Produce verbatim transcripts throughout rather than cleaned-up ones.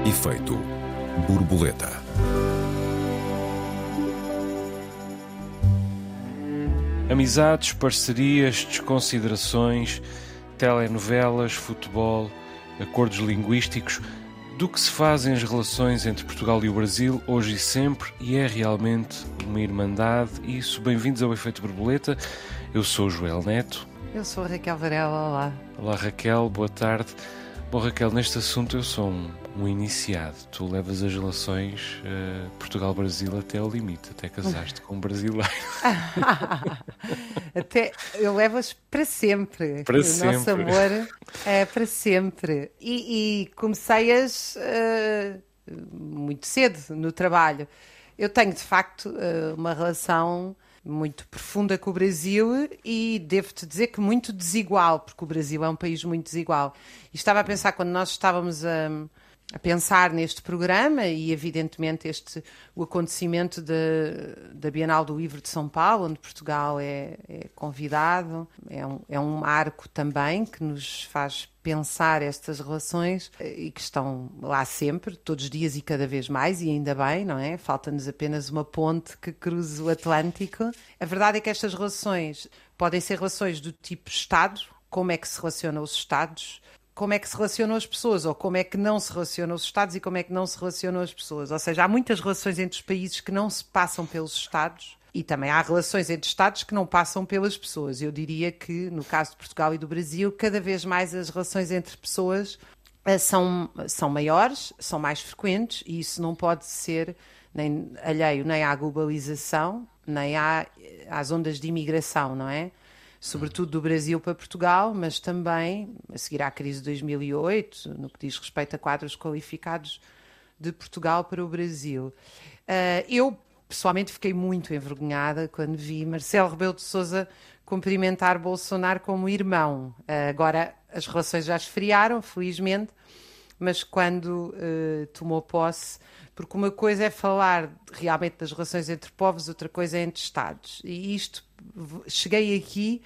Efeito borboleta. Amizades, parcerias, desconsiderações, telenovelas, futebol, acordos linguísticos, do que se fazem as relações entre Portugal e o Brasil, hoje e sempre, e é realmente uma irmandade. Isso, bem-vindos ao Efeito Borboleta. Eu sou o Joel Neto. Eu sou a Raquel Varela, olá. Olá Raquel, boa tarde. Bom Raquel, neste assunto eu sou um, um iniciado. Tu levas as relações uh, Portugal-Brasil até ao limite, até casaste com um brasileiro. Até eu levo-as para sempre. Para o sempre. Nosso amor é para sempre. E, e comecei-as uh, muito cedo no trabalho. Eu tenho, de facto, uh, uma relação muito profunda com o Brasil e devo-te dizer que muito desigual, porque o Brasil é um país muito desigual. E estava a pensar, quando nós estávamos a, a pensar neste programa, e evidentemente este, o acontecimento de, da Bienal do Livro de São Paulo, onde Portugal é, é convidado, é um, é um marco também que nos faz pensar estas relações e que estão lá sempre, todos os dias e cada vez mais, e ainda bem, não é? Falta-nos apenas uma ponte que cruze o Atlântico. A verdade é que estas relações podem ser relações do tipo Estado, como é que se relacionam os Estados, como é que se relacionam as pessoas, ou como é que não se relacionam os Estados e como é que não se relacionam as pessoas. Ou seja, há muitas relações entre os países que não se passam pelos Estados. E também há relações entre Estados que não passam pelas pessoas. Eu diria que, no caso de Portugal e do Brasil, cada vez mais as relações entre pessoas são, são maiores, são mais frequentes, e isso não pode ser nem alheio nem à globalização, nem à, às ondas de imigração, não é? Sobretudo do Brasil para Portugal, mas também, a seguir à crise de dois mil e oito, no que diz respeito a quadros qualificados de Portugal para o Brasil. Uh, eu, pessoalmente, fiquei muito envergonhada quando vi Marcelo Rebelo de Sousa cumprimentar Bolsonaro como irmão. Uh, agora, as relações já esfriaram, felizmente, mas quando uh, tomou posse, porque uma coisa é falar realmente das relações entre povos, outra coisa é entre Estados. E isto, cheguei aqui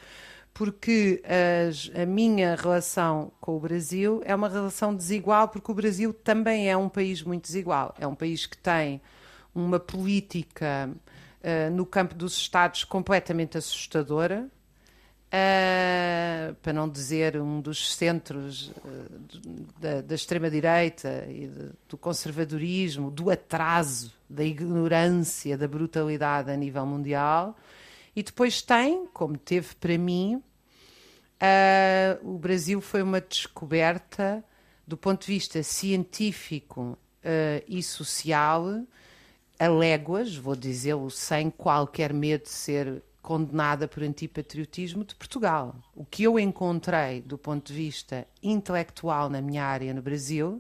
porque as, a minha relação com o Brasil é uma relação desigual, porque o Brasil também é um país muito desigual. É um país que tem uma política uh, no campo dos Estados completamente assustadora, uh, para não dizer um dos centros uh, da, da extrema-direita e de, do conservadorismo, do atraso, da ignorância, da brutalidade a nível mundial. E depois tem, como teve para mim, uh, o Brasil foi uma descoberta do ponto de vista científico uh, e social, a léguas, vou dizê-lo sem qualquer medo de ser condenada por antipatriotismo, de Portugal. O que eu encontrei do ponto de vista intelectual na minha área no Brasil,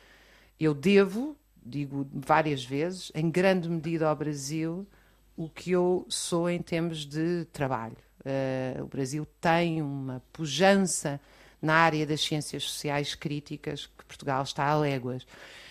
eu devo, digo várias vezes, em grande medida ao Brasil, o que eu sou em termos de trabalho. Uh, o Brasil tem uma pujança na área das ciências sociais críticas que Portugal está a léguas.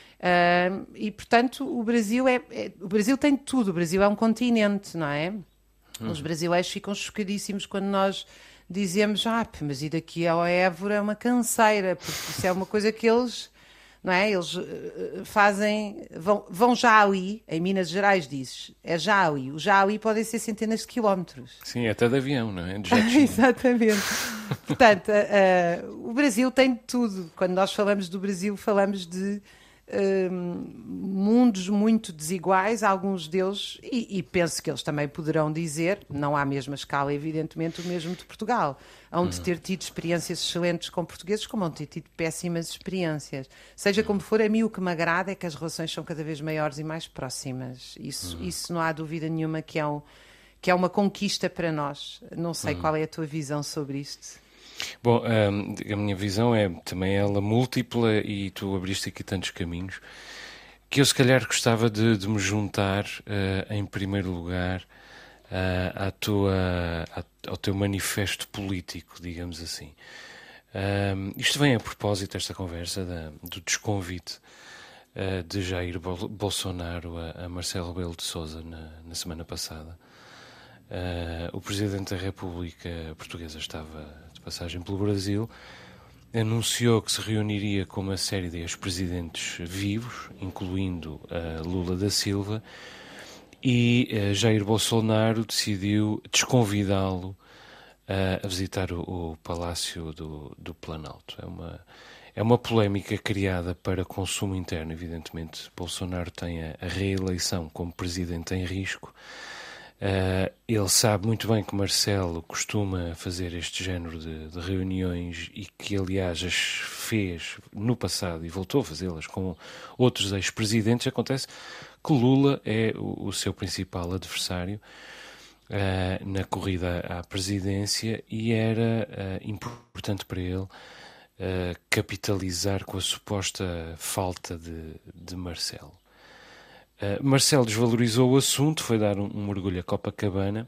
Uh, e, portanto, o Brasil, é, é, o Brasil tem tudo. O Brasil é um continente, não é? Hum. Os brasileiros ficam chocadíssimos quando nós dizemos ah, mas e daqui ao Évora é uma canseira, porque isso é uma coisa que eles... Não é? Eles uh, fazem, vão, vão já ali, em Minas Gerais dizes, é já ali, o já ali podem ser centenas de quilómetros. Sim, até de avião, não é? De jet ski. Exatamente. Portanto, uh, uh, o Brasil tem tudo. Quando nós falamos do Brasil, falamos de uh, mundos muito desiguais, alguns deles, e, e penso que eles também poderão dizer, não à mesma escala, evidentemente, o mesmo de Portugal. Hão de ter tido experiências excelentes com portugueses, como hão de ter tido péssimas experiências. Seja como for, a mim o que me agrada é que as relações são cada vez maiores e mais próximas. Isso, uhum. isso não há dúvida nenhuma que é, um, que é uma conquista para nós. Não sei uhum. qual é a tua visão sobre isto. Bom, a minha visão é também ela múltipla, e tu abriste aqui tantos caminhos, que eu se calhar gostava de, de me juntar uh, em primeiro lugar Uh, à tua, à, ao teu manifesto político, digamos assim. Uh, isto vem a propósito desta conversa, da, do desconvite uh, de Jair Bolsonaro a, a Marcelo Rebelo de Sousa na, na semana passada. Uh, o Presidente da República Portuguesa estava de passagem pelo Brasil anunciou que se reuniria com uma série de ex-presidentes vivos, incluindo uh, Lula da Silva, e uh, Jair Bolsonaro decidiu desconvidá-lo uh, a visitar o, o Palácio do, do Planalto. É uma, é uma polémica criada para consumo interno, evidentemente. Bolsonaro tem a, a reeleição como presidente em risco. Uh, ele sabe muito bem que Marcelo costuma fazer este género de, de reuniões e que, aliás, as fez no passado e voltou a fazê-las com outros ex-presidentes. Acontece que Lula é o, o seu principal adversário uh, na corrida à presidência e era uh, importante para ele uh, capitalizar com a suposta falta de, de Marcelo. Uh, Marcelo desvalorizou o assunto, foi dar um, um mergulho a Copacabana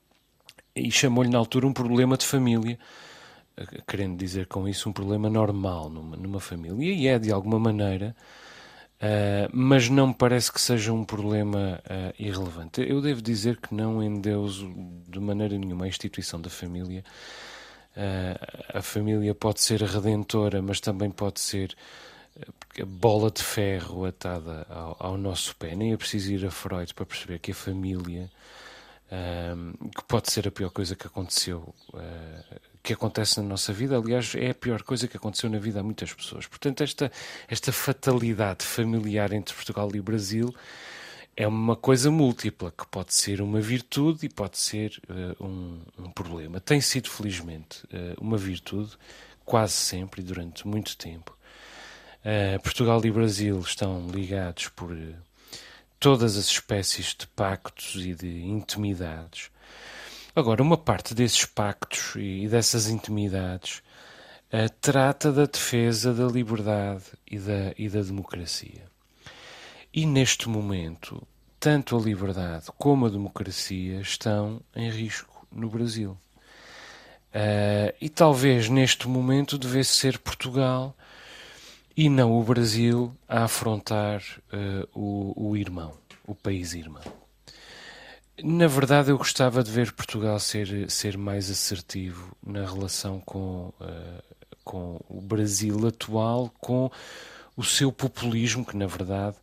e chamou-lhe na altura um problema de família, uh, querendo dizer com isso um problema normal numa, numa família. E é de alguma maneira, uh, mas não me parece que seja um problema uh, irrelevante. Eu devo dizer que não endeuso de maneira nenhuma a instituição da família. Uh, a família pode ser redentora, mas também pode ser a bola de ferro atada ao, ao nosso pé. Nem é preciso ir a Freud para perceber que a família, um, que pode ser a pior coisa que aconteceu, uh, que acontece na nossa vida. Aliás, é a pior coisa que aconteceu na vida a muitas pessoas. Portanto, esta, esta fatalidade familiar entre Portugal e Brasil é uma coisa múltipla, que pode ser uma virtude e pode ser uh, um, um problema. Tem sido, felizmente, uh, uma virtude, quase sempre e durante muito tempo. Uh, Portugal e Brasil estão ligados por uh, todas as espécies de pactos e de intimidades. Agora, uma parte desses pactos e, e dessas intimidades uh, trata da defesa da liberdade e da, e da democracia. E neste momento, tanto a liberdade como a democracia estão em risco no Brasil. Uh, e talvez neste momento devesse ser Portugal e não o Brasil a afrontar uh, o, o irmão, o país irmão. Na verdade, eu gostava de ver Portugal ser, ser mais assertivo na relação com, uh, com o Brasil atual, com o seu populismo, que na verdade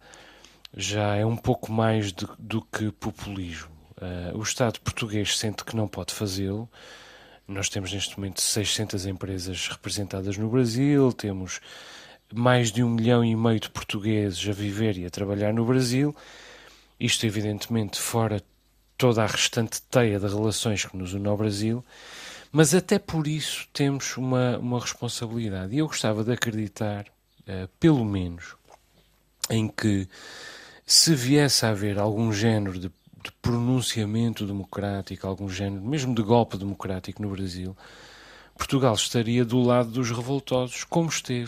já é um pouco mais de, do que populismo. Uh, o Estado português sente que não pode fazê-lo. Nós temos neste momento seiscentas empresas representadas no Brasil, temos mais de um milhão e meio de portugueses a viver e a trabalhar no Brasil. Isto, evidentemente, fora toda a restante teia de relações que nos une ao Brasil, mas até por isso temos uma, uma responsabilidade. E eu gostava de acreditar, uh, pelo menos, em que se viesse a haver algum género de, de pronunciamento democrático, algum género, mesmo de golpe democrático no Brasil, Portugal estaria do lado dos revoltosos, como esteve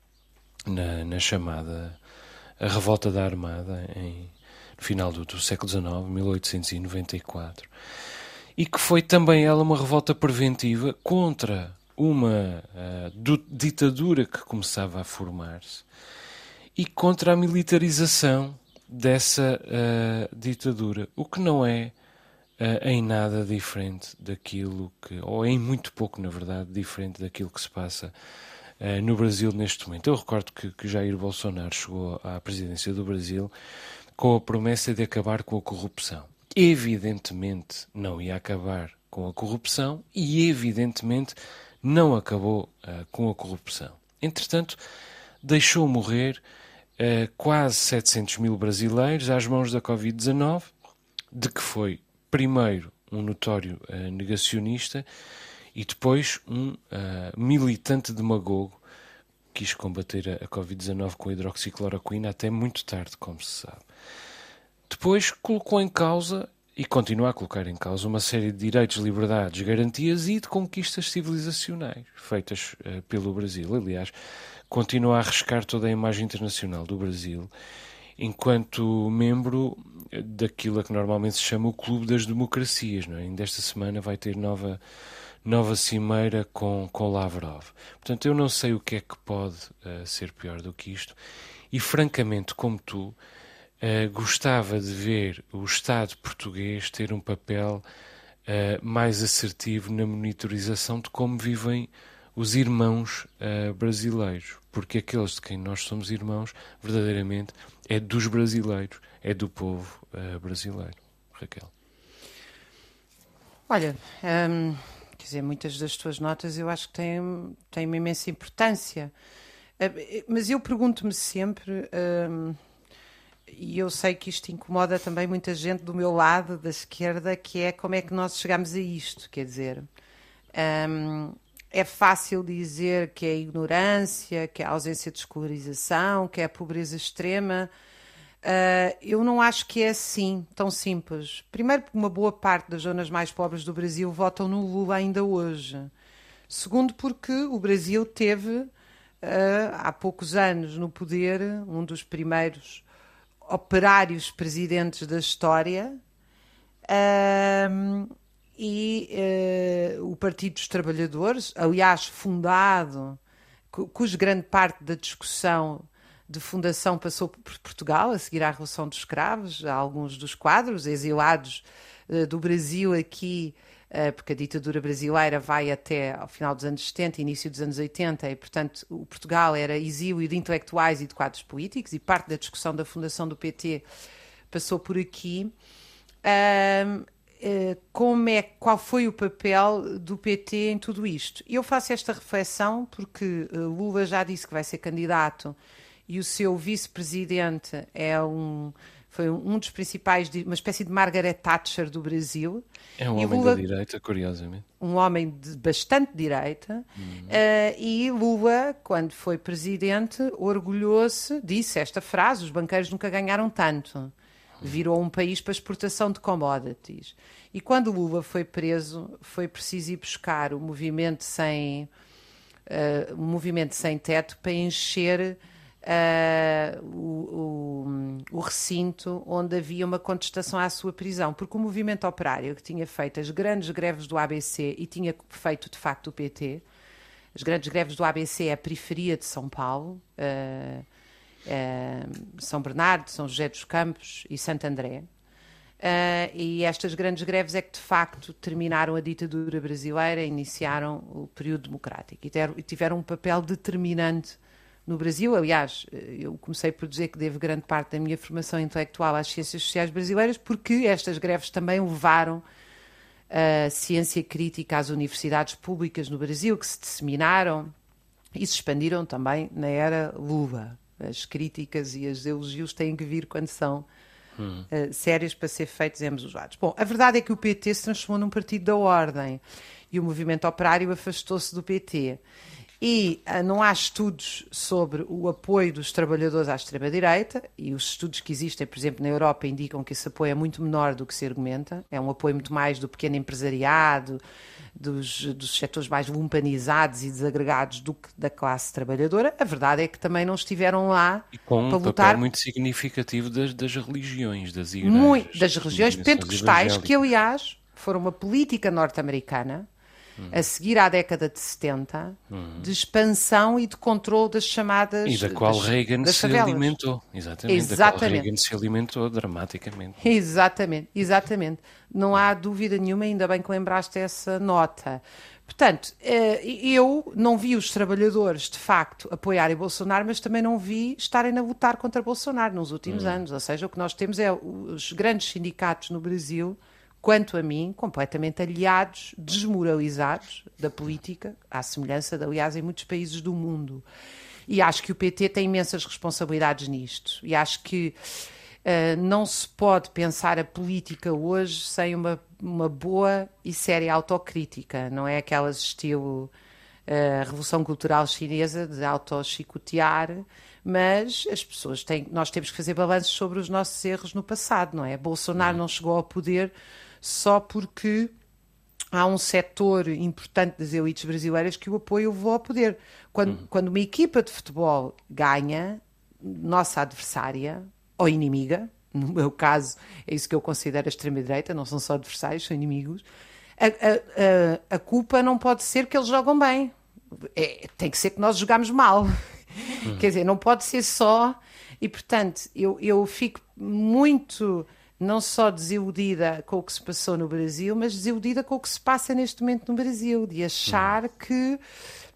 Na, na chamada a Revolta da Armada em, no final do, do século dezenove, mil oitocentos e noventa e quatro, e que foi também ela uma revolta preventiva contra uma uh, do, ditadura que começava a formar-se e contra a militarização dessa uh, ditadura, o que não é uh, em nada diferente daquilo que, ou em muito pouco, na verdade, diferente daquilo que se passa Uh, no Brasil neste momento. Eu recordo que, que Jair Bolsonaro chegou à presidência do Brasil com a promessa de acabar com a corrupção. Evidentemente não ia acabar com a corrupção e evidentemente não acabou uh, com a corrupção. Entretanto, deixou morrer uh, quase setecentos mil brasileiros às mãos da covid dezanove, de que foi primeiro um notório uh, negacionista e depois um uh, militante demagogo que quis combater a, a covid dezanove com a hidroxicloroquina até muito tarde, como se sabe. Depois colocou em causa, e continua a colocar em causa, uma série de direitos, liberdades, garantias e de conquistas civilizacionais feitas uh, pelo Brasil. Aliás, continua a arriscar toda a imagem internacional do Brasil enquanto membro daquilo a que normalmente se chama o Clube das Democracias. Não é? Ainda esta semana vai ter nova... nova cimeira com, com Lavrov. Portanto, eu não sei o que é que pode uh, ser pior do que isto e, francamente, como tu, uh, gostava de ver o Estado português ter um papel uh, mais assertivo na monitorização de como vivem os irmãos uh, brasileiros, porque aqueles de quem nós somos irmãos, verdadeiramente, é dos brasileiros, é do povo uh, brasileiro. Raquel. Olha, hum, quer dizer, muitas das tuas notas eu acho que têm, têm uma imensa importância, uh, mas eu pergunto-me sempre, hum, e eu sei que isto incomoda também muita gente do meu lado, da esquerda, que é como é que nós chegamos a isto, quer dizer... Um, é fácil dizer que é a ignorância, que é a ausência de escolarização, que é a pobreza extrema. Uh, eu não acho que é assim, tão simples. Primeiro, porque uma boa parte das zonas mais pobres do Brasil votam no Lula ainda hoje. Segundo, porque o Brasil teve, uh, há poucos anos, no poder, um dos primeiros operários presidentes da história. Uh, E uh, o Partido dos Trabalhadores, aliás, fundado, cu cuja grande parte da discussão de fundação passou por Portugal, a seguir à Revolução dos Escravos, alguns dos quadros exilados uh, do Brasil aqui, uh, porque a ditadura brasileira vai até ao final dos anos setenta, início dos anos oitenta, e, portanto, o Portugal era exílio de intelectuais e de quadros políticos, e parte da discussão da fundação do P T passou por aqui. Uh, Como é, qual foi o papel do P T em tudo isto? Eu faço esta reflexão porque Lula já disse que vai ser candidato e o seu vice-presidente é um, foi um dos principais, uma espécie de Margaret Thatcher do Brasil. É um e homem Lula, da direita, curiosamente. Um homem de bastante direita. Uhum. Uh, e Lula, quando foi presidente, orgulhou-se, disse esta frase, os banqueiros nunca ganharam tanto. Virou um país para exportação de commodities. E quando Lula foi preso, foi preciso ir buscar o movimento sem, uh, o movimento sem teto para encher uh, o, o, o recinto onde havia uma contestação à sua prisão. Porque o movimento operário, que tinha feito as grandes greves do A B C e tinha feito, de facto, o P T, as grandes greves do A B C é a periferia de São Paulo, uh, Uh, São Bernardo, São José dos Campos e Santo André. Uh, e estas grandes greves é que, de facto, terminaram a ditadura brasileira e iniciaram o período democrático. E, ter, e tiveram um papel determinante no Brasil. Aliás, eu comecei por dizer que devo grande parte da minha formação intelectual às ciências sociais brasileiras, porque estas greves também levaram a ciência crítica às universidades públicas no Brasil, que se disseminaram e se expandiram também na era Lula. As críticas e os elogios têm que vir quando são hum. uh, sérias para ser feitos em ambos os lados. Bom, a verdade é que o P T se transformou num partido da ordem e o movimento operário afastou-se do P T. E uh, não há estudos sobre o apoio dos trabalhadores à extrema-direita, e os estudos que existem, por exemplo, na Europa, indicam que esse apoio é muito menor do que se argumenta. É um apoio muito mais do pequeno empresariado, dos, dos setores mais lumpanizados e desagregados do que da classe trabalhadora. A verdade é que também não estiveram lá e com para um lutar... papel muito significativo das, das religiões, das igrejas. Muito, das religiões pentecostais, que, aliás, foram uma política norte-americana, hum. a seguir à década de setenta, hum. de expansão e de controle das chamadas... E da qual das, Reagan das se favelas. alimentou. Exatamente, exatamente. Da qual Reagan se alimentou dramaticamente. Exatamente, exatamente. Não há dúvida nenhuma, ainda bem que lembraste essa nota. Portanto, eu não vi os trabalhadores, de facto, apoiarem Bolsonaro, mas também não vi estarem a lutar contra Bolsonaro nos últimos hum. anos. Ou seja, o que nós temos é os grandes sindicatos no Brasil, quanto a mim, completamente aliados, desmoralizados da política, à semelhança, de, aliás, em muitos países do mundo. E acho que o P T tem imensas responsabilidades nisto. E acho que uh, não se pode pensar a política hoje sem uma, uma boa e séria autocrítica. Não é aquelas estilo uh, Revolução Cultural Chinesa de auto-chicotear, mas as pessoas têm, nós temos que fazer balanços sobre os nossos erros no passado, não é? Bolsonaro não chegou ao poder só porque há um setor importante das elites brasileiras que o apoio levou ao poder. Quando, uhum. quando uma equipa de futebol ganha, nossa adversária ou inimiga, no meu caso é isso que eu considero a extrema-direita, não são só adversários, são inimigos, a, a, a, a culpa não pode ser que eles jogam bem, é, tem que ser que nós jogamos mal. Uhum. Quer dizer, não pode ser só... E, portanto, eu, eu fico muito... não só desiludida com o que se passou no Brasil, mas desiludida com o que se passa neste momento no Brasil, de achar que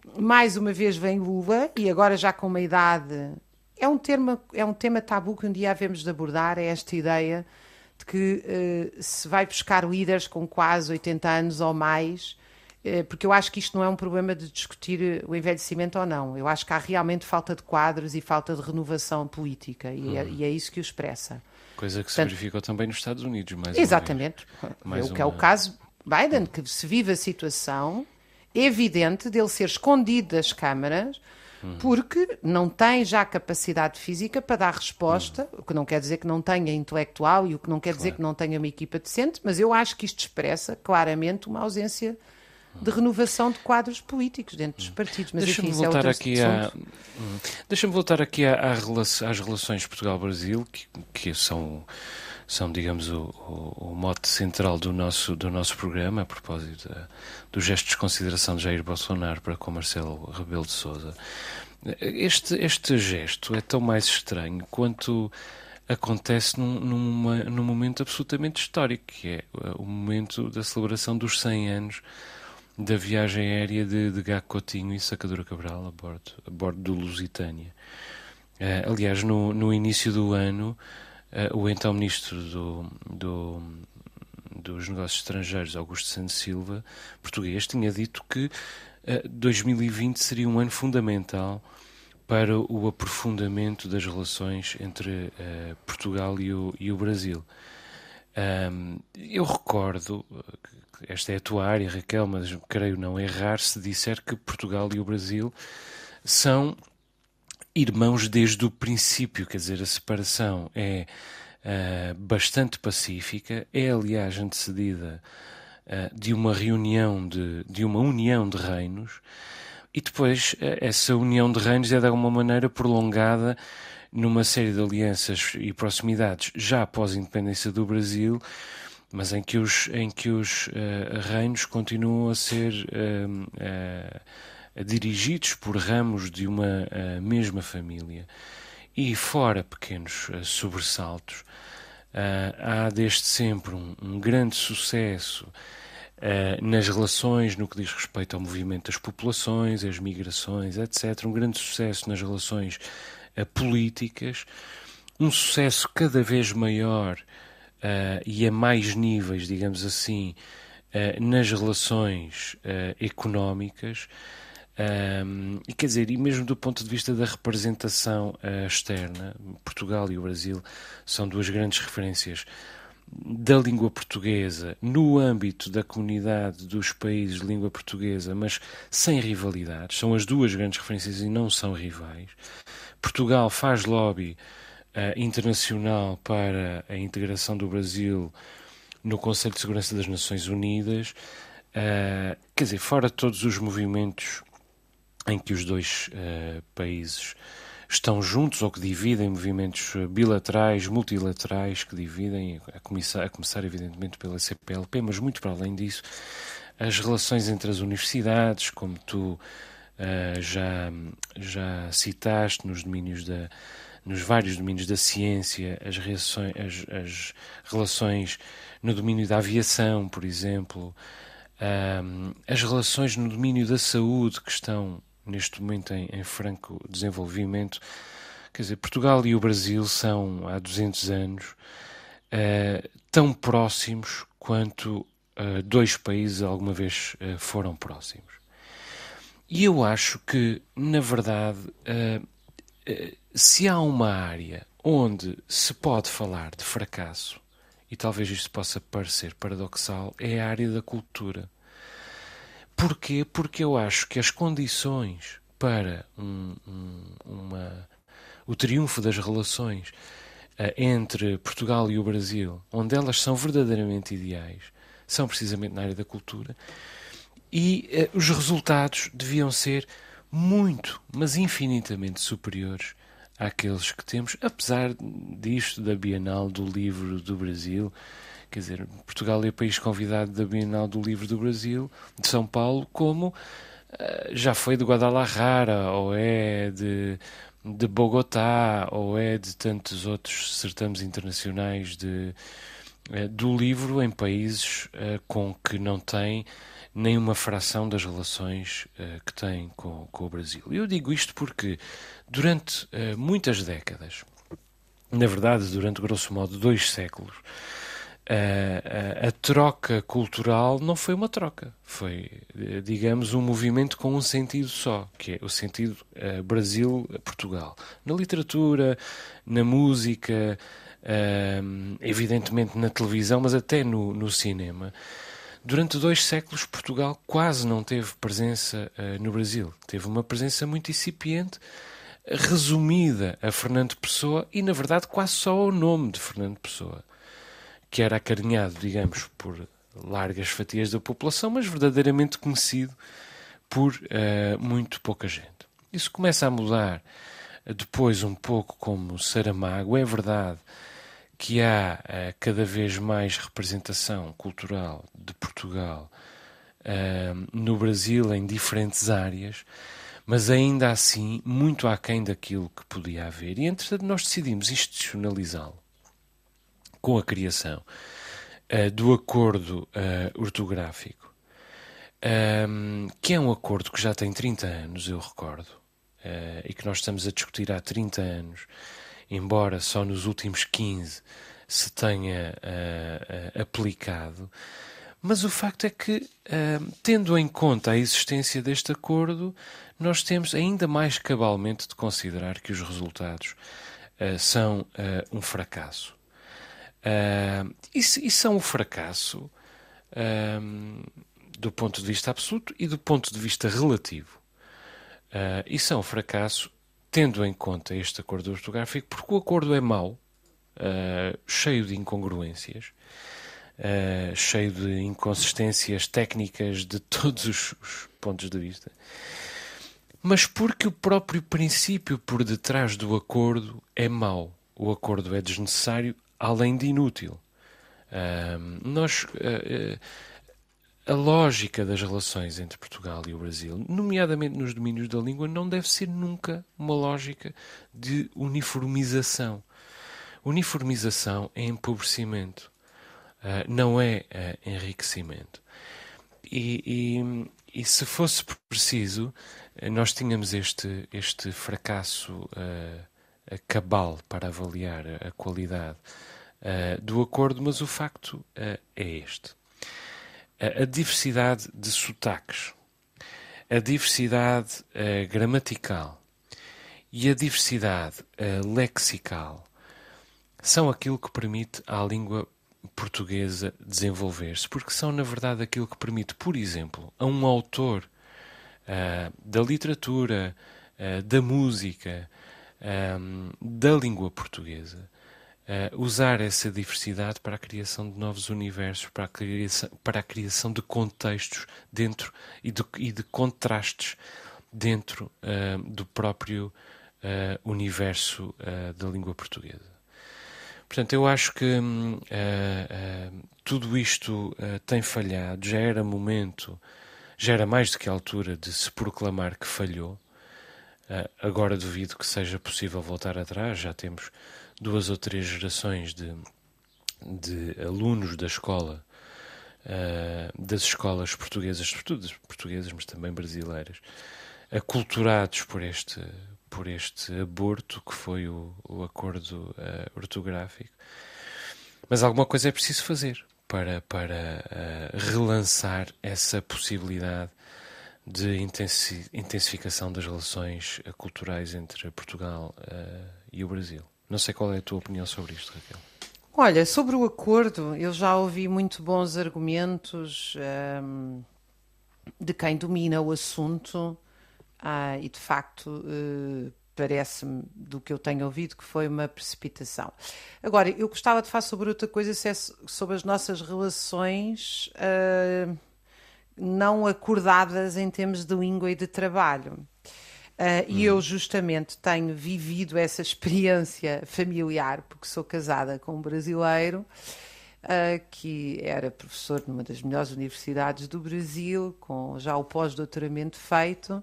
mais uma vez vem Lula, e agora já com uma idade... É um, termo, é um tema tabu que um dia havemos de abordar, é esta ideia de que uh, se vai buscar líderes com quase oitenta anos ou mais, uh, porque eu acho que isto não é um problema de discutir o envelhecimento ou não. Eu acho que há realmente falta de quadros e falta de renovação política, e, hum. é, e é isso que o expressa. Coisa que se Portanto, verificou também nos Estados Unidos, mais exatamente. Uma vez. Mais o que uma... é o caso Biden, que se vive a situação evidente dele ser escondido das câmaras, porque não tem já capacidade física para dar resposta, uhum. o que não quer dizer que não tenha intelectual e o que não quer dizer claro. que não tenha uma equipa decente, mas eu acho que isto expressa claramente uma ausência de renovação de quadros políticos dentro dos partidos. Mas Deixa-me enfim, voltar é aqui a, deixa-me voltar aqui à, à relação, às relações Portugal-Brasil, que, que são, são digamos, o, o, o mote central do nosso, do nosso programa, a propósito da, do gesto de desconsideração de Jair Bolsonaro para com Marcelo Rebelo de Sousa. Este, este gesto é tão mais estranho quanto acontece num, numa, num momento absolutamente histórico, que é o momento da celebração dos cem anos da viagem aérea de, de Gago Coutinho e Sacadura Cabral a bordo, a bordo do Lusitânia. Uh, aliás, no, no início do ano, uh, o então Ministro do, do, dos Negócios Estrangeiros, Augusto Santos Silva, português, tinha dito que uh, dois mil e vinte seria um ano fundamental para o aprofundamento das relações entre uh, Portugal e o, e o Brasil. Um, eu recordo... que esta é a tua área, Raquel, mas creio não errar se disser que Portugal e o Brasil são irmãos desde o princípio, quer dizer, a separação é uh, bastante pacífica, é aliás antecedida uh, de uma reunião, de, de uma união de reinos, e depois uh, essa união de reinos é de alguma maneira prolongada numa série de alianças e proximidades já após a independência do Brasil, mas em que os, em que os uh, reinos continuam a ser uh, uh, dirigidos por ramos de uma uh, mesma família. E fora pequenos uh, sobressaltos, uh, há desde sempre um, um grande sucesso uh, nas relações no que diz respeito ao movimento das populações, as migrações, etcétera. Um grande sucesso nas relações uh, políticas, um sucesso cada vez maior Uh, e a mais níveis, digamos assim, uh, nas relações uh, económicas, um, e quer dizer, e mesmo do ponto de vista da representação uh, externa, Portugal e o Brasil são duas grandes referências da língua portuguesa no âmbito da comunidade dos países de língua portuguesa, mas sem rivalidades, são as duas grandes referências e não são rivais. Portugal faz lobby Uh, internacional para a integração do Brasil no Conselho de Segurança das Nações Unidas, uh, quer dizer, fora todos os movimentos em que os dois uh, países estão juntos ou que dividem, movimentos bilaterais, multilaterais que dividem, a começar, a começar evidentemente pela C P L P, mas muito para além disso, as relações entre as universidades, como tu uh, já, já citaste nos domínios da nos vários domínios da ciência, as, reações, as, as relações no domínio da aviação, por exemplo, um, as relações no domínio da saúde, que estão neste momento em, em franco desenvolvimento. Quer dizer, Portugal e o Brasil são, há duzentos anos, uh, tão próximos quanto uh, dois países alguma vez uh, foram próximos. E eu acho que, na verdade, uh, uh, se há uma área onde se pode falar de fracasso, e talvez isto possa parecer paradoxal, é a área da cultura. Porquê? Porque eu acho que as condições para um, um, uma, o triunfo das relações uh, entre Portugal e o Brasil, onde elas são verdadeiramente ideais, são precisamente na área da cultura, e uh, os resultados deviam ser muito, mas infinitamente superiores àqueles que temos, apesar disto da Bienal do Livro do Brasil. Quer dizer, Portugal é o país convidado da Bienal do Livro do Brasil, de São Paulo, como uh, já foi de Guadalajara, ou é de, de Bogotá, ou é de tantos outros certames internacionais de, uh, do livro em países uh, com que não tem nem uma fração das relações uh, que tem com, com o Brasil. Eu digo isto porque durante uh, muitas décadas, na verdade durante grosso modo dois séculos, uh, a, a troca cultural não foi uma troca, foi, uh, digamos, um movimento com um sentido só, que é o sentido uh, Brasil-Portugal. Na literatura, na música, uh, evidentemente na televisão, mas até no, no cinema. Durante dois séculos, Portugal quase não teve presença uh, no Brasil. Teve uma presença muito incipiente, resumida a Fernando Pessoa e, na verdade, quase só ao nome de Fernando Pessoa, que era acarinhado, digamos, por largas fatias da população, mas verdadeiramente conhecido por uh, muito pouca gente. Isso começa a mudar uh, depois um pouco como Saramago. É verdade que há uh, cada vez mais representação cultural de Portugal uh, no Brasil em diferentes áreas, mas ainda assim muito aquém daquilo que podia haver. E, entretanto, nós decidimos institucionalizá-lo com a criação uh, do acordo uh, ortográfico, um, que é um acordo que já tem trinta anos, eu recordo, uh, e que nós estamos a discutir há trinta anos, embora só nos últimos quinze se tenha uh, uh, aplicado. Mas o facto é que, uh, tendo em conta a existência deste acordo, nós temos ainda mais cabalmente de considerar que os resultados uh, são uh, um fracasso. Uh, e, e são um fracasso uh, do ponto de vista absoluto e do ponto de vista relativo. Uh, e são um fracasso tendo em conta este acordo ortográfico, porque o acordo é mau, uh, cheio de incongruências, uh, cheio de inconsistências técnicas de todos os, os pontos de vista, mas porque o próprio princípio por detrás do acordo é mau. O acordo é desnecessário, além de inútil. Uh, nós... Uh, uh, A lógica das relações entre Portugal e o Brasil, nomeadamente nos domínios da língua, não deve ser nunca uma lógica de uniformização. Uniformização é empobrecimento, uh, não é uh, enriquecimento. E, e, e se fosse preciso, nós tínhamos este, este fracasso uh, cabal para avaliar a qualidade uh, do acordo, mas o facto uh, é este. A diversidade de sotaques, a diversidade uh, gramatical e a diversidade uh, lexical são aquilo que permite à língua portuguesa desenvolver-se, porque são, na verdade, aquilo que permite, por exemplo, a um autor uh, da literatura, uh, da música, um, da língua portuguesa, Uh, usar essa diversidade para a criação de novos universos, para a criação, para a criação de contextos dentro e de, e de contrastes dentro uh, do próprio uh, universo uh, da língua portuguesa. Portanto, eu acho que uh, uh, tudo isto uh, tem falhado, já era momento, já era mais do que a altura de se proclamar que falhou. Uh, agora duvido que seja possível voltar atrás, já temos duas ou três gerações de, de alunos da escola, uh, das escolas portuguesas, todas portuguesas, mas também brasileiras, aculturados por este, por este aborto que foi o, o acordo uh, ortográfico. Mas alguma coisa é preciso fazer para, para uh, relançar essa possibilidade de intensificação das relações culturais entre Portugal uh, e o Brasil. Não sei qual é a tua opinião sobre isto, Raquel. Olha, sobre o acordo, eu já ouvi muito bons argumentos um, de quem domina o assunto uh, e, de facto, uh, parece-me, do que eu tenho ouvido, que foi uma precipitação. Agora, eu gostava de falar sobre outra coisa, se é sobre as nossas relações uh, não acordadas em termos de língua e de trabalho. Uh, e eu justamente tenho vivido essa experiência familiar, porque sou casada com um brasileiro uh, que era professor numa das melhores universidades do Brasil, com já o pós-doutoramento feito,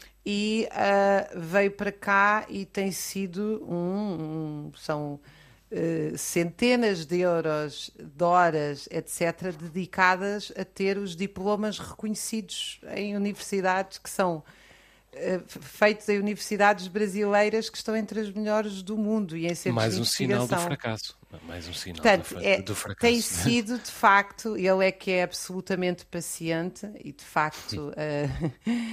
e uh, veio para cá e tem sido um... um são uh, centenas de euros, de horas, etcétera, dedicadas a ter os diplomas reconhecidos em universidades que são feitos em universidades brasileiras que estão entre as melhores do mundo e em centros Mais de um sinal investigação. do fracasso. Mais um sinal Portanto, do, é, do fracasso. tem sido, de facto, ele é que é absolutamente paciente e, de facto, uh,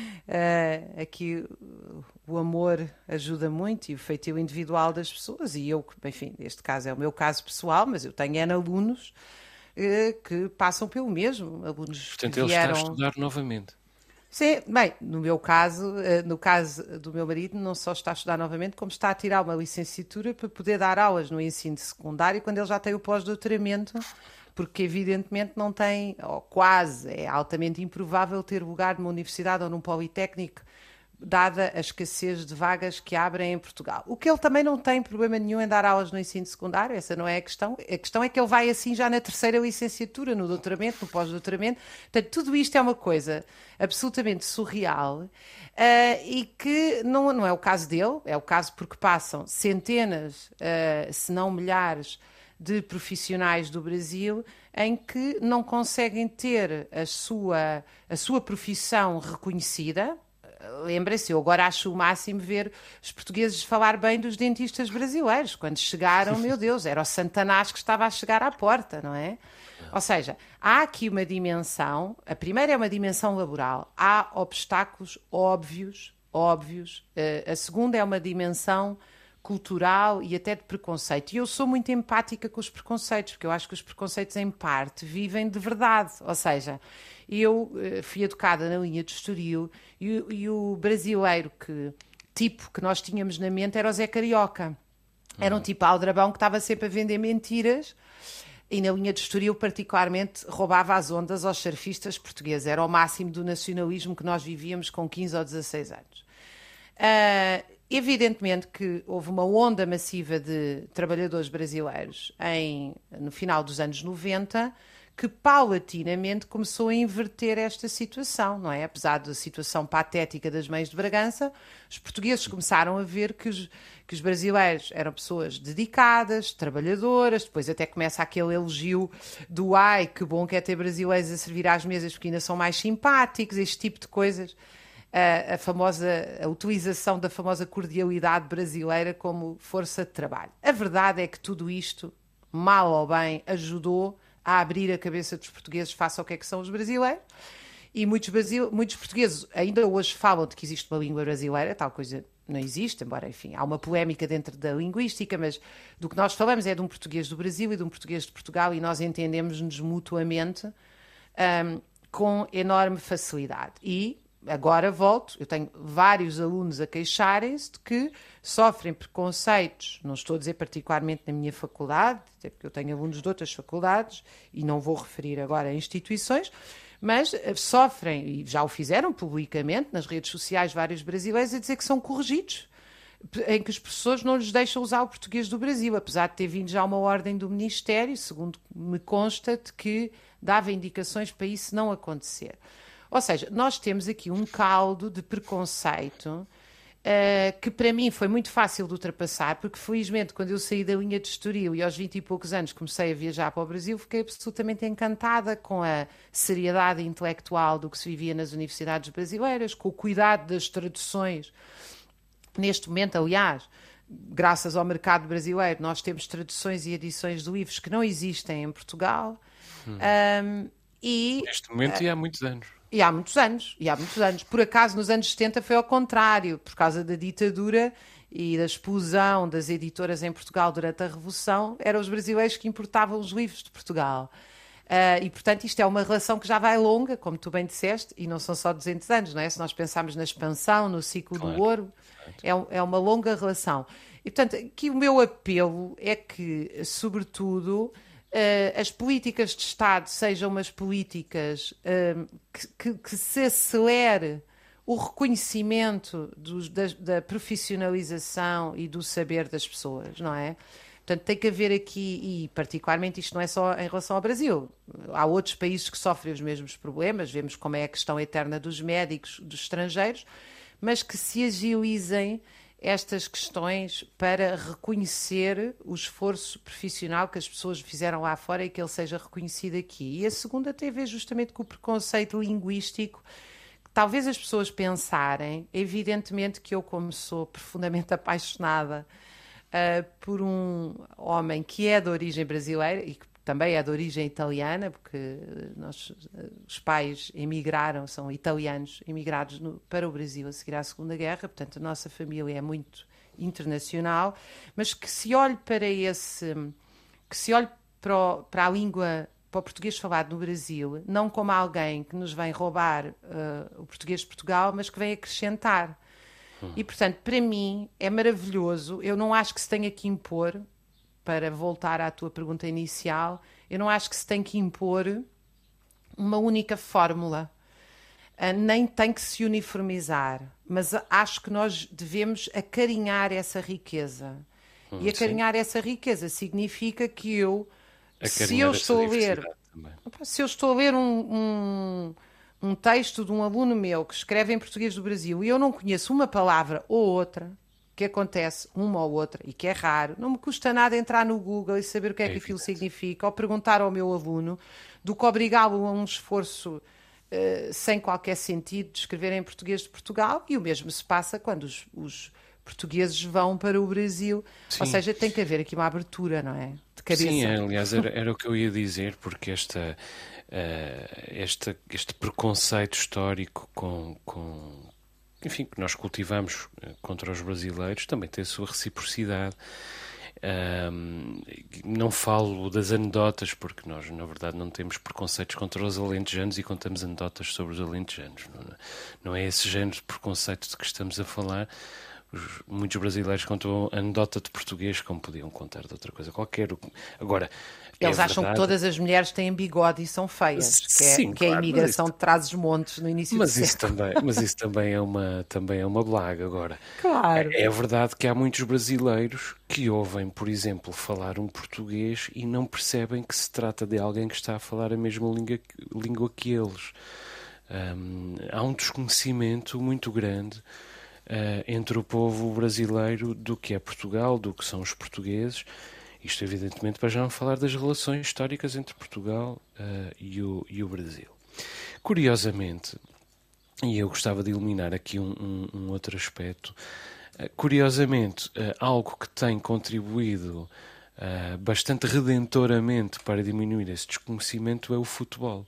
uh, aqui o amor ajuda muito e o feitio individual das pessoas. E eu, enfim, este caso é o meu caso pessoal, mas eu tenho N alunos uh, que passam pelo mesmo. Alunos Portanto, que ele vieram... está a estudar novamente. Sim, bem, no meu caso, no caso do meu marido, não só está a estudar novamente, como está a tirar uma licenciatura para poder dar aulas no ensino secundário quando ele já tem o pós-doutoramento, porque evidentemente não tem, ou quase, é altamente improvável ter lugar numa universidade ou num politécnico, dada a escassez de vagas que abrem em Portugal. O que ele também não tem problema nenhum em dar aulas no ensino secundário, essa não é a questão. A questão é que ele vai assim já na terceira licenciatura, no doutoramento, no pós-doutoramento. Portanto, tudo isto é uma coisa absolutamente surreal uh, e que não, não é o caso dele, é o caso porque passam centenas, uh, se não milhares, de profissionais do Brasil em que não conseguem ter a sua, a sua profissão reconhecida. Lembrem-se, eu agora acho o máximo ver os portugueses falar bem dos dentistas brasileiros. Quando chegaram, meu Deus, era o Santanás que estava a chegar à porta, não é? Ou seja, há aqui uma dimensão, a primeira é uma dimensão laboral, há obstáculos óbvios, óbvios. A segunda é uma dimensão cultural e até de preconceito. E eu sou muito empática com os preconceitos, porque eu acho que os preconceitos, em parte, vivem de verdade. Ou seja, eu uh, fui educada na linha de Estoril e, e o brasileiro que, tipo que nós tínhamos na mente era o Zé Carioca. Era um tipo aldrabão que estava sempre a vender mentiras e na linha de Estoril, particularmente, roubava as ondas aos surfistas portugueses. Era o máximo do nacionalismo que nós vivíamos com quinze ou dezasseis anos. Uh, Evidentemente que houve uma onda massiva de trabalhadores brasileiros em, no final dos anos noventa que paulatinamente começou a inverter esta situação, não é? Apesar da situação patética das mães de Bragança, os portugueses começaram a ver que os, que os brasileiros eram pessoas dedicadas, trabalhadoras, depois até começa aquele elogio do ai, que bom que é ter brasileiros a servir às mesas porque ainda são mais simpáticos, este tipo de coisas. A, a famosa a utilização da famosa cordialidade brasileira como força de trabalho. A verdade é que tudo isto, mal ou bem, ajudou a abrir a cabeça dos portugueses face ao que é que são os brasileiros. E muitos, Brasil, muitos portugueses ainda hoje falam de que existe uma língua brasileira, tal coisa não existe, embora, enfim, há uma polémica dentro da linguística, mas do que nós falamos é de um português do Brasil e de um português de Portugal e nós entendemos-nos mutuamente um, com enorme facilidade. E agora volto, eu tenho vários alunos a queixarem-se de que sofrem preconceitos, não estou a dizer particularmente na minha faculdade, até porque eu tenho alunos de outras faculdades e não vou referir agora a instituições, mas sofrem, e já o fizeram publicamente nas redes sociais vários brasileiros, a dizer que são corrigidos, em que os professores não lhes deixam usar o português do Brasil, apesar de ter vindo já uma ordem do Ministério, segundo me consta, de que dava indicações para isso não acontecer. Ou seja, nós temos aqui um caldo de preconceito uh, que para mim foi muito fácil de ultrapassar, porque felizmente quando eu saí da linha de Estoril e aos vinte e poucos anos comecei a viajar para o Brasil, fiquei absolutamente encantada com a seriedade intelectual do que se vivia nas universidades brasileiras, com o cuidado das traduções. Neste momento, aliás, graças ao mercado brasileiro, nós temos traduções e edições de livros que não existem em Portugal. Hum. Um, e, Neste momento uh, e há muitos anos. E há muitos anos, e há muitos anos. Por acaso, nos anos setenta foi ao contrário, por causa da ditadura e da explosão das editoras em Portugal durante a Revolução, eram os brasileiros que importavam os livros de Portugal. Uh, e, portanto, isto é uma relação que já vai longa, como tu bem disseste, e não são só duzentos anos, não é? Se nós pensarmos na expansão, no ciclo claro, do ouro, é, um, é uma longa relação. E, portanto, aqui o meu apelo é que, sobretudo, Uh, as políticas de Estado sejam umas políticas uh, que, que, que se acelere o reconhecimento dos, da, da profissionalização e do saber das pessoas, não é? Portanto, tem que haver aqui, e particularmente isto não é só em relação ao Brasil, há outros países que sofrem os mesmos problemas, vemos como é a questão eterna dos médicos, dos estrangeiros, mas que se agilizem estas questões para reconhecer o esforço profissional que as pessoas fizeram lá fora e que ele seja reconhecido aqui. E a segunda tem a ver justamente com o preconceito linguístico. Talvez as pessoas pensarem, evidentemente que eu, como sou profundamente apaixonada uh, por um homem que é de origem brasileira e que também é de origem italiana, porque nós, os pais emigraram, são italianos, emigrados no, para o Brasil a seguir à Segunda Guerra, portanto a nossa família é muito internacional, mas que se olhe para esse, que se olhe para, o, para a língua, para o português falado no Brasil, não como alguém que nos vem roubar uh, o português de Portugal, mas que vem acrescentar. Hum. E, portanto, para mim é maravilhoso, eu não acho que se tenha que impor. Para voltar à tua pergunta inicial, eu não acho que se tem que impor uma única fórmula, uh, nem tem que se uniformizar, mas acho que nós devemos acarinhar essa riqueza. Hum, e acarinhar sim. essa riqueza significa que eu, acarinhar se eu estou a ler, também. se eu estou a ler um, um, um texto de um aluno meu que escreve em português do Brasil e eu não conheço uma palavra ou outra, que acontece uma ou outra e que é raro, não me custa nada entrar no Google e saber o que é, é que aquilo significa ou perguntar ao meu aluno do que obrigá-lo a um esforço uh, sem qualquer sentido de escrever em português de Portugal, e o mesmo se passa quando os, os portugueses vão para o Brasil. Sim. Ou seja, tem que haver aqui uma abertura, não é? De cabeça. Sim, aliás, era, era o que eu ia dizer, porque esta, uh, esta, este preconceito histórico com... com... enfim, que nós cultivamos contra os brasileiros, também tem a sua reciprocidade. Um, não falo das anedotas, porque nós, na verdade, não temos preconceitos contra os alentejanos e contamos anedotas sobre os alentejanos. Não, não é esse género de preconceito de que estamos a falar. Os, muitos brasileiros contam anedota de português como podiam contar de outra coisa qualquer. Agora, eles é acham verdade... que todas as mulheres têm bigode e são feias, que é, Sim, que é claro, a imigração isso... de Trás-os-Montes no início mas do isso século. também, mas isso também é uma, também é uma blaga. Agora, claro. é, é verdade que há muitos brasileiros que ouvem, por exemplo, falar um português e não percebem que se trata de alguém que está a falar a mesma língua, língua que eles. Um, há um desconhecimento muito grande uh, entre o povo brasileiro do que é Portugal, do que são os portugueses. Isto, evidentemente, para já não falar das relações históricas entre Portugal uh, e, o, e o Brasil. Curiosamente, e eu gostava de iluminar aqui um, um, um outro aspecto, uh, curiosamente, uh, algo que tem contribuído uh, bastante redentoramente para diminuir esse desconhecimento é o futebol.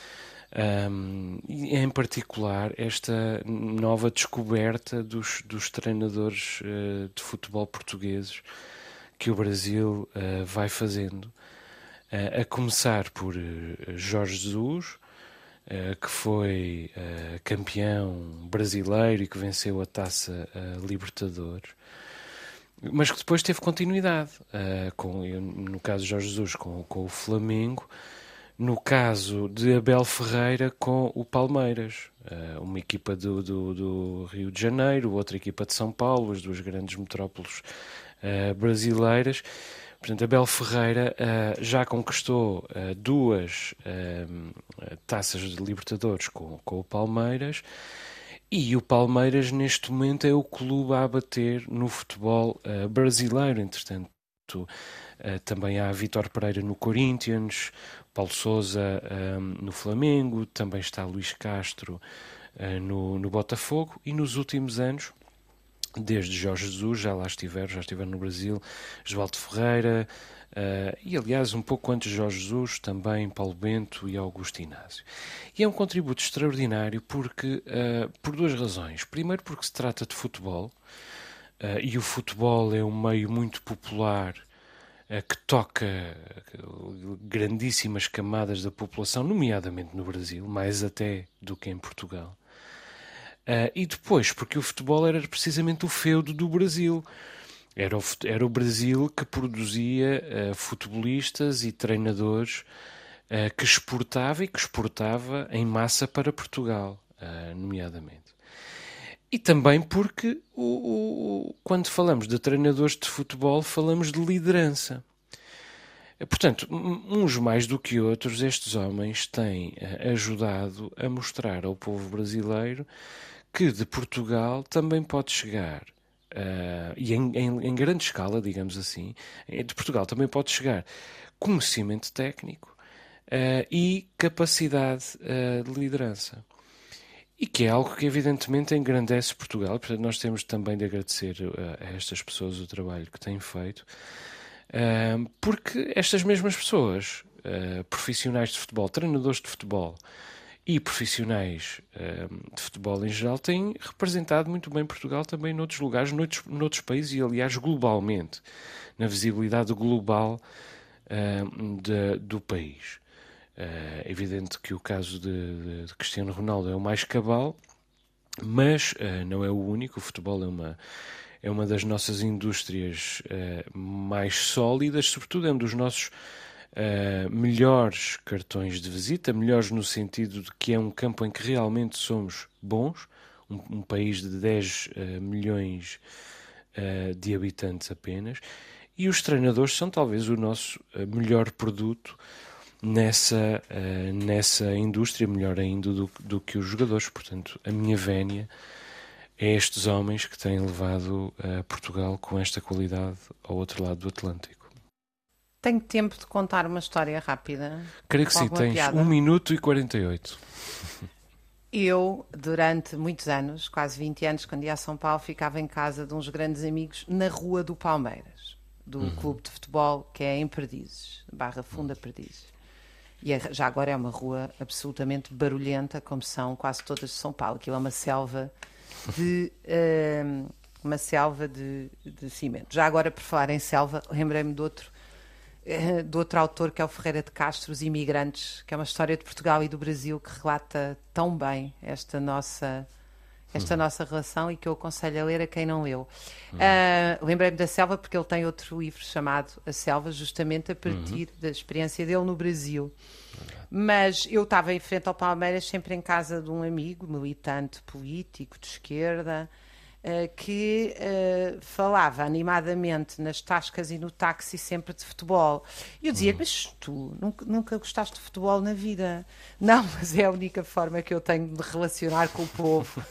Um, e, em particular, esta nova descoberta dos, dos treinadores uh, de futebol portugueses que o Brasil uh, vai fazendo, uh, a começar por uh, Jorge Jesus, uh, que foi uh, campeão brasileiro e que venceu a Taça uh, Libertadores, mas que depois teve continuidade, uh, com, no caso de Jorge Jesus com, com o Flamengo, no caso de Abel Ferreira com o Palmeiras, uh, uma equipa do, do, do Rio de Janeiro, outra equipa de São Paulo, as duas grandes metrópoles Uh, brasileiras. Portanto, Abel Ferreira uh, já conquistou uh, duas uh, taças de Libertadores com, com o Palmeiras, e o Palmeiras neste momento é o clube a bater no futebol uh, brasileiro. Entretanto, uh, também há Vítor Pereira no Corinthians, Paulo Sousa um, no Flamengo, também está Luís Castro uh, no, no Botafogo, e nos últimos anos, desde Jorge Jesus, já lá estiveram, já estiveram no Brasil, Osvaldo Ferreira, uh, e aliás, um pouco antes de Jorge Jesus, também Paulo Bento e Augusto Inácio. E é um contributo extraordinário porque, uh, por duas razões. Primeiro, porque se trata de futebol, uh, e o futebol é um meio muito popular uh, que toca grandíssimas camadas da população, nomeadamente no Brasil, mais até do que em Portugal. Uh, e depois, porque o futebol era precisamente o feudo do Brasil. Era o, era o Brasil que produzia uh, futebolistas e treinadores uh, que exportava e que exportava em massa para Portugal, uh, nomeadamente. E também porque, o, o, quando falamos de treinadores de futebol, falamos de liderança. Uh, portanto, uns mais do que outros, estes homens têm uh, ajudado a mostrar ao povo brasileiro que de Portugal também pode chegar uh, e em, em, em grande escala, digamos assim, de Portugal também pode chegar conhecimento técnico uh, e capacidade uh, de liderança. E que é algo que evidentemente engrandece Portugal. Portanto, nós temos também de agradecer a, a estas pessoas o trabalho que têm feito, uh, porque estas mesmas pessoas, uh, profissionais de futebol, treinadores de futebol e profissionais uh, de futebol em geral, têm representado muito bem Portugal também noutros lugares, noutros, noutros países e, aliás, globalmente, na visibilidade global uh, de, do país. É uh, evidente que o caso de, de Cristiano Ronaldo é o mais cabal, mas uh, não é o único. O futebol é uma, é uma das nossas indústrias uh, mais sólidas, sobretudo é um dos nossos uh, melhores cartões de visita, melhores no sentido de que é um campo em que realmente somos bons, um, um país de dez uh, milhões uh, de habitantes apenas, e os treinadores são talvez o nosso uh, melhor produto nessa, uh, nessa indústria, melhor ainda do, do que os jogadores. Portanto, a minha vénia é estes homens que têm levado uh, Portugal com esta qualidade ao outro lado do Atlântico. Tenho tempo de contar uma história rápida? Creio que sim, tens piada? um minuto e quarenta e oito. Eu, durante muitos anos, quase vinte anos, quando ia a São Paulo, ficava em casa de uns grandes amigos na Rua do Palmeiras, do uhum. clube de futebol que é em Perdizes, Barra Funda Perdizes. E já agora é uma rua absolutamente barulhenta, como são quase todas de São Paulo. Aquilo é uma selva de, uh, uma selva de, de cimento. Já agora, por falar em selva, lembrei-me de outro, uh, de outro autor, que é o Ferreira de Castro, Os Imigrantes, que é uma história de Portugal e do Brasil que relata tão bem esta nossa... esta uhum. nossa relação, e que eu aconselho a ler a quem não leu. Uhum. Uh, lembrei-me da Selva porque ele tem outro livro chamado A Selva, justamente a partir uhum. da experiência dele no Brasil. Uhum. Mas eu estava em frente ao Palmeiras, sempre em casa de um amigo, militante político de esquerda, uh, que uh, falava animadamente nas tascas e no táxi sempre de futebol. E eu dizia, uhum. mas tu nunca, nunca gostaste de futebol na vida? Não, mas é a única forma que eu tenho de relacionar com o povo.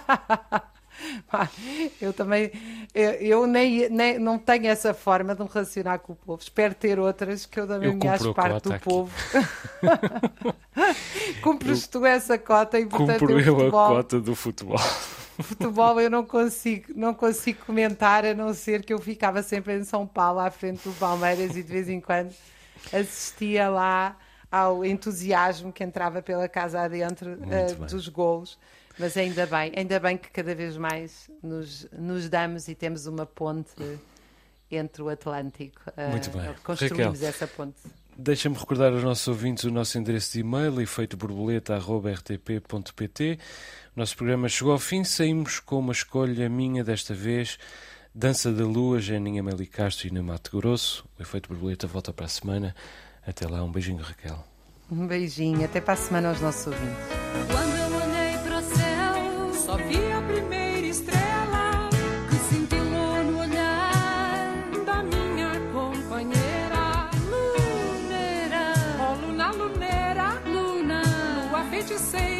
Eu também, eu, eu nem, nem não tenho essa forma de me relacionar com o povo. Espero ter outras, que eu também eu me acho parte do aqui. Povo. Cumpres tu essa cota e, portanto, cumpro eu futebol, a cota do futebol. Futebol eu não consigo, não consigo comentar, a não ser que eu ficava sempre em São Paulo, à frente do Palmeiras, e de vez em quando assistia lá ao entusiasmo que entrava pela casa adentro uh, dos golos. Mas ainda bem, ainda bem que cada vez mais nos, nos damos e temos uma ponte entre o Atlântico. Uh, Muito bem. Construímos Raquel, essa ponte. Deixa-me recordar aos nossos ouvintes o nosso endereço de e-mail, efeito borboleta arroba r t p ponto p t. O nosso programa chegou ao fim, saímos com uma escolha minha desta vez, Dança da Lua, Janinha Amélie Castro e na Mato Grosso. O Efeito Borboleta volta para a semana. Até lá, um beijinho, Raquel. Um beijinho, até para a semana aos nossos ouvintes. Quando eu olhei para o céu, só vi a primeira estrela que cintilou no olhar da minha companheira. Luneira, oh luna, luneira, luna, lua feiticeira.